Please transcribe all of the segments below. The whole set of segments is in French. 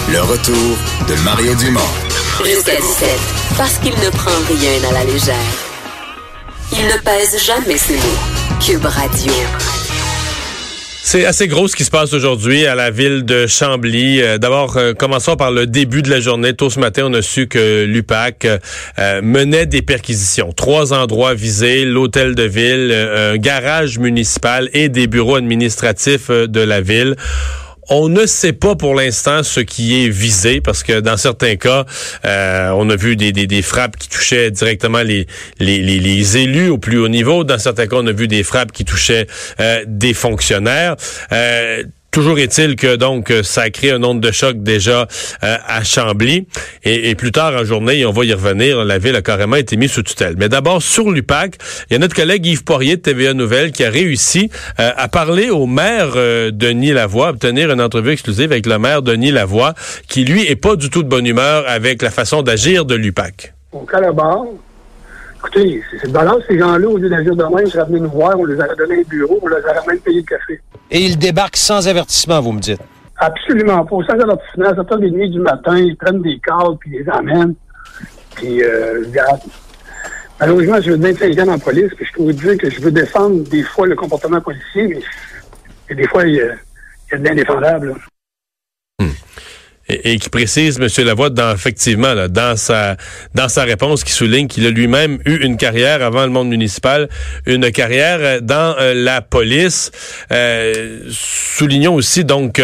Le retour de Mario Dumont. Jusqu'à 17, parce qu'il ne prend rien à la légère. Il ne pèse jamais ses mots. Cube Radio. C'est assez gros ce qui se passe aujourd'hui à la ville de Chambly. D'abord, commençons par le début de la journée. Tôt ce matin, on a su que l'UPAC menait des perquisitions. 3 endroits visés, l'hôtel de ville, un garage municipal et des bureaux administratifs de la ville. On ne sait pas pour l'instant ce qui est visé parce que dans certains cas, on a vu des frappes qui touchaient directement les élus au plus haut niveau. Dans certains cas, on a vu des frappes qui touchaient des fonctionnaires. Toujours est-il que donc ça a créé un onde de choc déjà à Chambly et plus tard en journée, et on va y revenir, la ville a carrément été mise sous tutelle. Mais d'abord sur l'UPAC, il y a notre collègue Yves Poirier de TVA Nouvelles qui a réussi à parler au maire Denis Lavoie, à obtenir une entrevue exclusive avec le maire Denis Lavoie, qui lui est pas du tout de bonne humeur avec la façon d'agir de l'UPAC. On collabore. Écoutez, c'est de balance, ces gens-là, au lieu d'agir de même, ils seraient venus nous voir, on les aurait donné un bureau, on les aurait même payé le café. Et ils débarquent sans avertissement, vous me dites? Absolument pas. Sans avertissement, à 7h30 du matin, ils prennent des cadres puis ils les emmènent. Puis, regarde. Malheureusement, je veux être intelligent dans la police, puis je peux vous dire que je veux défendre des fois le comportement policier, mais des fois, il y a de l'indéfendable, là. Et qui précise, M. Lavoie, effectivement, là, dans sa réponse, qui souligne qu'il a lui-même eu une carrière avant le monde municipal, une carrière dans la police. Soulignons aussi donc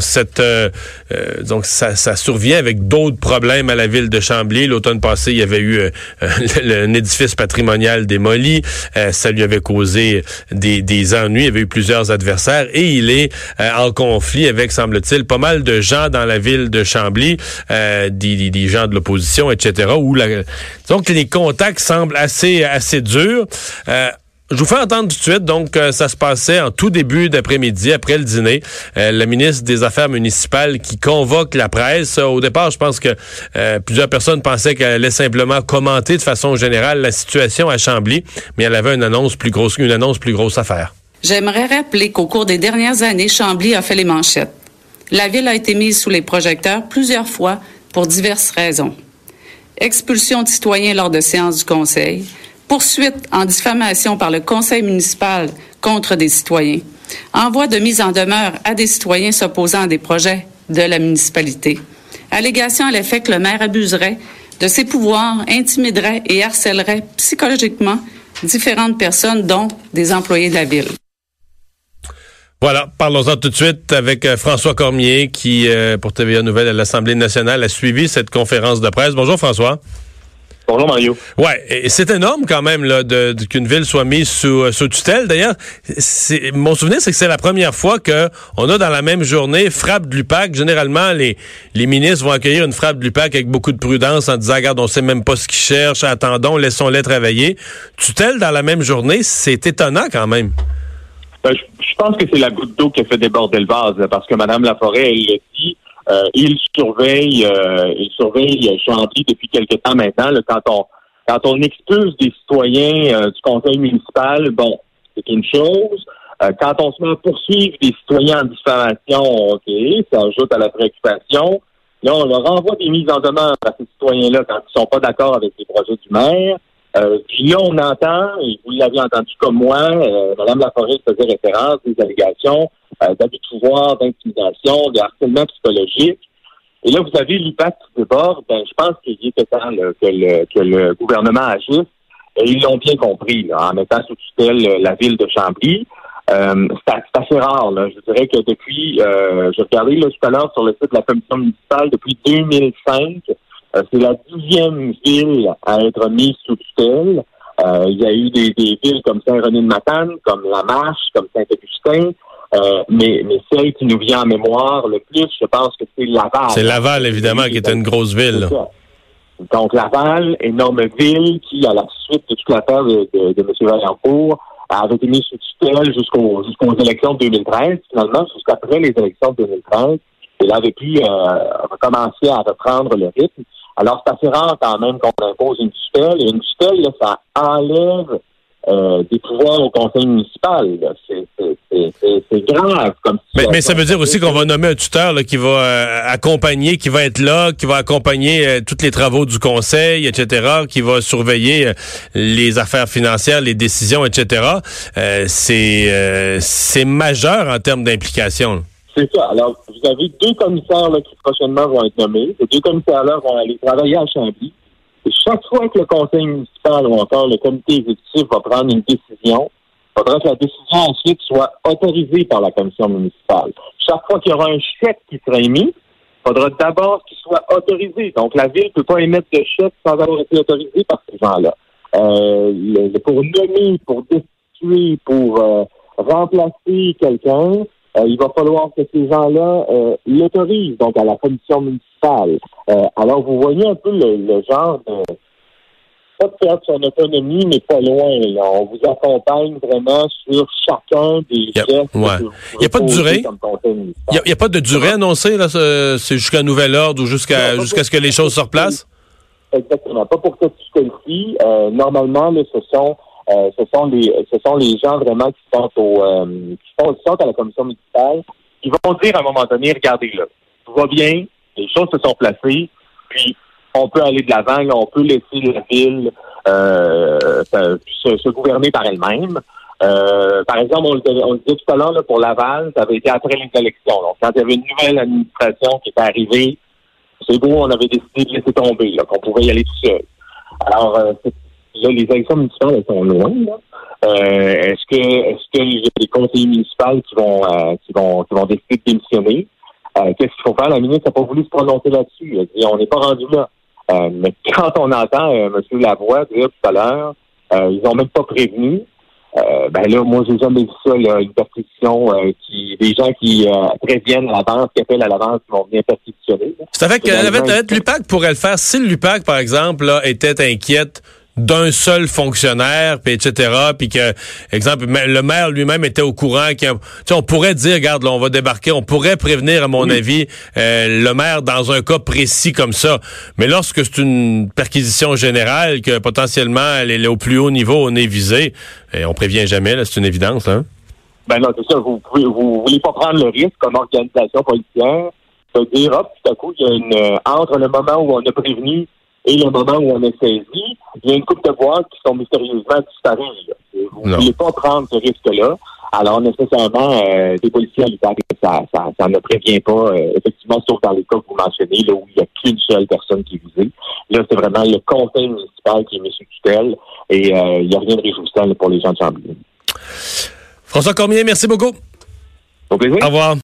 donc ça survient avec d'autres problèmes à la ville de Chambly. L'automne passé, il y avait eu un édifice patrimonial démoli. Ça lui avait causé des ennuis. Il y avait eu plusieurs adversaires et il est en conflit avec, semble-t-il, pas mal de gens dans la ville de Chambly, des gens de l'opposition, etc., donc les contacts semblent assez durs. Je vous fais entendre tout de suite, donc ça se passait en tout début d'après-midi, après le dîner, la ministre des Affaires municipales qui convoque la presse. Au départ, je pense que plusieurs personnes pensaient qu'elle allait simplement commenter de façon générale la situation à Chambly, mais elle avait une annonce plus grosse à faire. J'aimerais rappeler qu'au cours des dernières années, Chambly a fait les manchettes. La ville a été mise sous les projecteurs plusieurs fois pour diverses raisons. Expulsion de citoyens lors de séances du conseil, poursuite en diffamation par le conseil municipal contre des citoyens, envoi de mise en demeure à des citoyens s'opposant à des projets de la municipalité, allégation à l'effet que le maire abuserait de ses pouvoirs, intimiderait et harcèlerait psychologiquement différentes personnes, dont des employés de la ville. Voilà, parlons-en tout de suite avec François Cormier qui, pour TVA Nouvelles à l'Assemblée nationale, a suivi cette conférence de presse. Bonjour François. Bonjour Mario. Ouais, et c'est énorme quand même là qu'une ville soit mise sous tutelle. D'ailleurs, mon souvenir, c'est que c'est la première fois que on a dans la même journée frappe de l'UPAC. Généralement, les ministres vont accueillir une frappe de l'UPAC avec beaucoup de prudence en disant, regarde, on sait même pas ce qu'ils cherchent, attendons, laissons-les travailler. Tutelle dans la même journée, c'est étonnant quand même. Je pense que c'est la goutte d'eau qui a fait déborder le vase, parce que Mme Laforêt, elle l'a dit, il surveille Chambly depuis quelque temps maintenant. Là, quand on expulse des citoyens du conseil municipal, bon, c'est une chose. Quand on se met à poursuivre des citoyens en diffamation, OK, ça ajoute à la préoccupation. Là, on leur envoie des mises en demeure à ces citoyens-là quand ils sont pas d'accord avec les projets du maire. Puis là, on entend, et vous l'avez entendu comme moi, Mme Laforêt faisait référence des allégations d'abus de pouvoir, d'intimidation, de harcèlement psychologique. Et là, vous avez l'UPAC qui déborde. Je pense qu'il était temps que le gouvernement agisse. Et ils l'ont bien compris, là, en mettant sous tutelle la ville de Chambly. C'est assez rare, là. Je dirais que depuis, j'ai regardé là, tout à l'heure sur le site de la commission municipale, depuis 2005, c'est la 10e ville à être mise sous tutelle. Il y a eu des villes comme Saint-René-de-Matane, comme La Marche, comme Saint-Augustin. Mais celle qui nous vient en mémoire le plus, je pense que c'est Laval. C'est Laval, évidemment, qui est une grosse ville. Donc, Laval, énorme ville qui, à la suite de toute l'affaire de M. Vaillancourt, avait été mise sous tutelle jusqu'aux élections de 2013, finalement, jusqu'après les élections de 2013. Et là, avait pu recommencer à reprendre le rythme. Alors, c'est assez rare quand même qu'on impose une tutelle. Et une tutelle, là, ça enlève des pouvoirs au conseil municipal. Là. C'est grave comme ça. Mais ça veut dire aussi qu'on va nommer un tuteur là, qui va accompagner, qui va être là, qui va accompagner tous les travaux du conseil, etc., qui va surveiller les affaires financières, les décisions, etc. C'est majeur en termes d'implication. Là. C'est ça. Alors, vous avez 2 commissaires là, qui prochainement vont être nommés. Ces 2 commissaires-là vont aller travailler à Chambly. Et chaque fois que le conseil municipal ou encore le comité exécutif va prendre une décision, il faudra que la décision ensuite soit autorisée par la commission municipale. Chaque fois qu'il y aura un chèque qui sera émis, il faudra d'abord qu'il soit autorisé. Donc, la ville ne peut pas émettre de chèque sans avoir été autorisé par ces gens-là. Pour nommer, pour destituer, pour remplacer quelqu'un, il va falloir que ces gens-là l'autorisent, donc à la commission municipale. Alors, vous voyez un peu le genre de... Pas de perdre son autonomie, mais pas loin. Là. On vous accompagne vraiment sur chacun des gestes. Ouais. Il n'y a pas de durée? Il n'y a pas de durée annoncée? Là, c'est jusqu'à nouvel ordre ou jusqu'à ce que les choses se replacent? Exactement. Pas pour cette fiscalité. Normalement, là, ce sont les gens vraiment qui sont à la commission municipale, qui vont dire à un moment donné, regardez là, tout va bien, les choses se sont placées, puis on peut aller de l'avant, là, on peut laisser la ville se gouverner par elle-même. Par exemple, on le disait tout à l'heure, là, pour Laval, ça avait été après les élections. Donc, quand il y avait une nouvelle administration qui était arrivée, c'est beau, on avait décidé de laisser tomber, là, qu'on pouvait y aller tout seul. Alors, là, les élections municipales, elles sont loin, là. Est-ce que il y a des conseillers municipaux qui vont décider de démissionner? Qu'est-ce qu'il faut faire? La ministre n'a pas voulu se prononcer là-dessus. Elle dit, on n'est pas rendu là. Mais quand on entend M. Lavoie dire tout à l'heure, ils n'ont même pas prévenu. Là, moi, j'ai jamais vu ça, là, une perquisition des gens qui préviennent à l'avance, qui appellent à l'avance, qui vont venir perquisitionner. C'est fait que l'UPAC pourrait le faire. Si l'UPAC, par exemple, là, était inquiète d'un seul fonctionnaire, puis etc., puis que, exemple, le maire lui-même était au courant, on pourrait dire, regarde, là, on va débarquer, on pourrait prévenir, à mon avis, le maire dans un cas précis comme ça. Mais lorsque c'est une perquisition générale, que potentiellement, elle est au plus haut niveau, on est visé, on prévient jamais, là, c'est une évidence, hein? Ben non, c'est ça, vous voulez pas prendre le risque comme organisation policière de dire, hop, tout à coup, il y a entre le moment où on a prévenu et le moment où on a saisi, il y a une couple de boîtes qui sont mystérieusement disparues. Vous ne voulez pas prendre ce risque-là. Alors, nécessairement, des policiers à l'UPAC, ça ne prévient pas, effectivement, sauf dans les cas que vous mentionnez, là où il n'y a qu'une seule personne qui est visée. Là, c'est vraiment le conseil municipal qui est mis sous tutelle et il n'y a rien de réjouissant pour les gens de Chambly. François Cormier, merci beaucoup. Au plaisir. Au revoir.